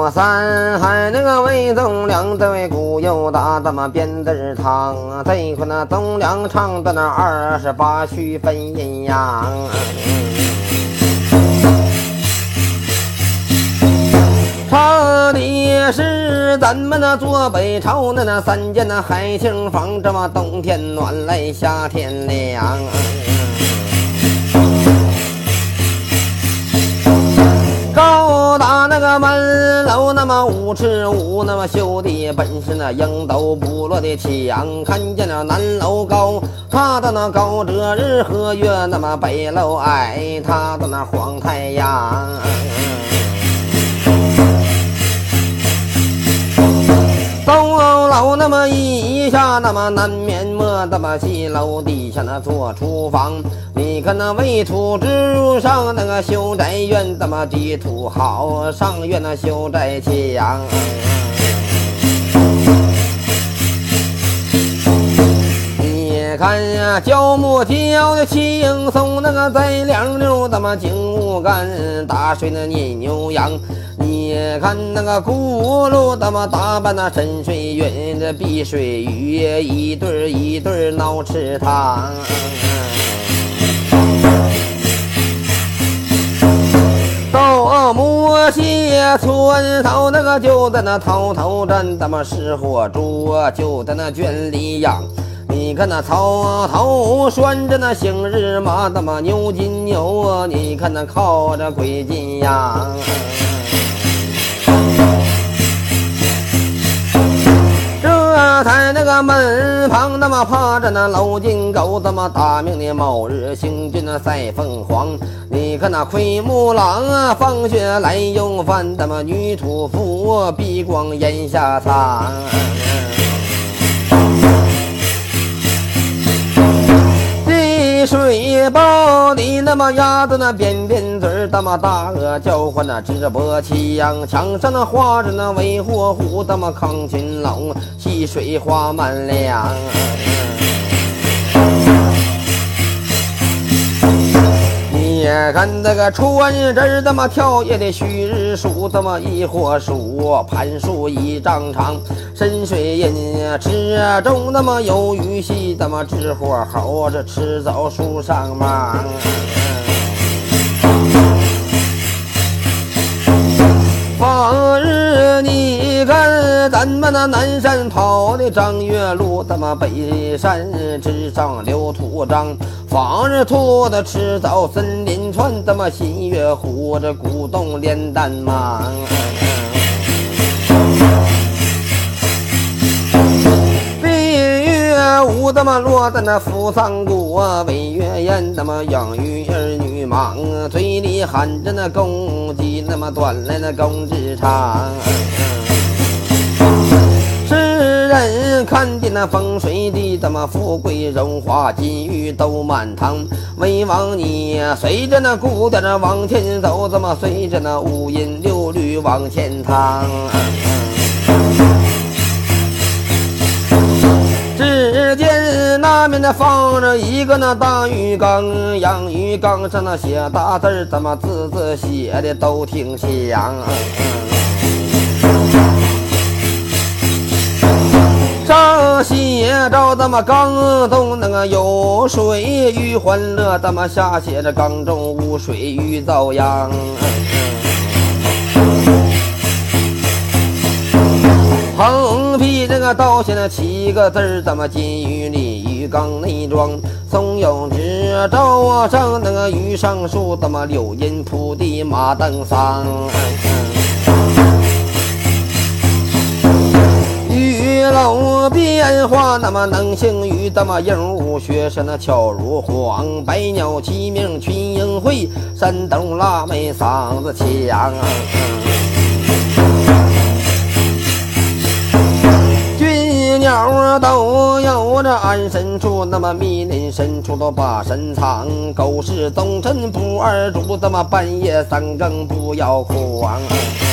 有三海那个魏忠良，这位古又大这么编字堂，这一块那忠良唱的那28曲分阴阳。唱的是咱们那坐北朝那三间那海景房，这么冬天暖来夏天凉。高大那个门楼，那么5尺5，那么修的本是那鹰斗部落的墙。看见了南楼高，它的那高遮日和月，那么北楼矮，它的那黄太阳。东楼那么一下，那么南面没那么西楼底下那做厨房。你看那未土之上那个修宅院，那么地土好，上院那修宅墙。你看呀，焦木雕的青松，那个在梁溜，那么景物干，打水那泥牛羊。你看那个轱辘，那么打扮那深水云的碧水鱼，一对一对闹池塘。到木樨村头那个就在那草头站，那么石火猪就在那圈里养。你看那草头拴着那行日马，那么牛金牛，你看那靠着鬼金羊。这在那个门旁，那么趴着那老金狗，这么大名的某日行军那赛凤凰。你看那奎木狼啊，放学来用饭，那么女屠夫闭光眼下藏。地水包里那么鸭子那扁扁嘴，那么大鹅叫唤那直播气扬。墙上那画着那维火虎，那么康群龙溪水花满梁。你看这个穿针那么跳跃的旭日树，这么一火树盘树一丈长。深水印池中那么有鱼戏，那么直火猴这吃枣树上忙。放日你看咱们那南山跑的张月路，那么北山之上刘土章。放日兔的吃枣森林川，那么新月湖这古洞连丹忙。舞那么落在那扶桑谷啊，魏月宴那么养育儿女忙，嘴里喊着那公鸡，那么端来那公之长。世人看见那风水地，怎么富贵荣华金玉都满堂。魏王你随着那鼓点往前走，怎么随着那五音六律往前趟。只见那面的放着一个那大鱼缸，洋鱼缸上那写大字，怎么字字写的都挺响。上写着怎么缸中那个有水鱼欢乐，怎么下写着缸中无水鱼遭殃。横批这个倒写了7个字，怎么金鱼里鱼缸内装。松有枝招上那个鱼上树，怎么柳荫铺地马登桑。鱼楼变化那么能行鱼，怎么鹦鹉学是那俏如黄。百鸟齐鸣群英会，山东腊梅嗓子强。鸟都有这安身处，那么密林深处都把身藏。狗是忠臣不二主，那么半夜3更不要狂。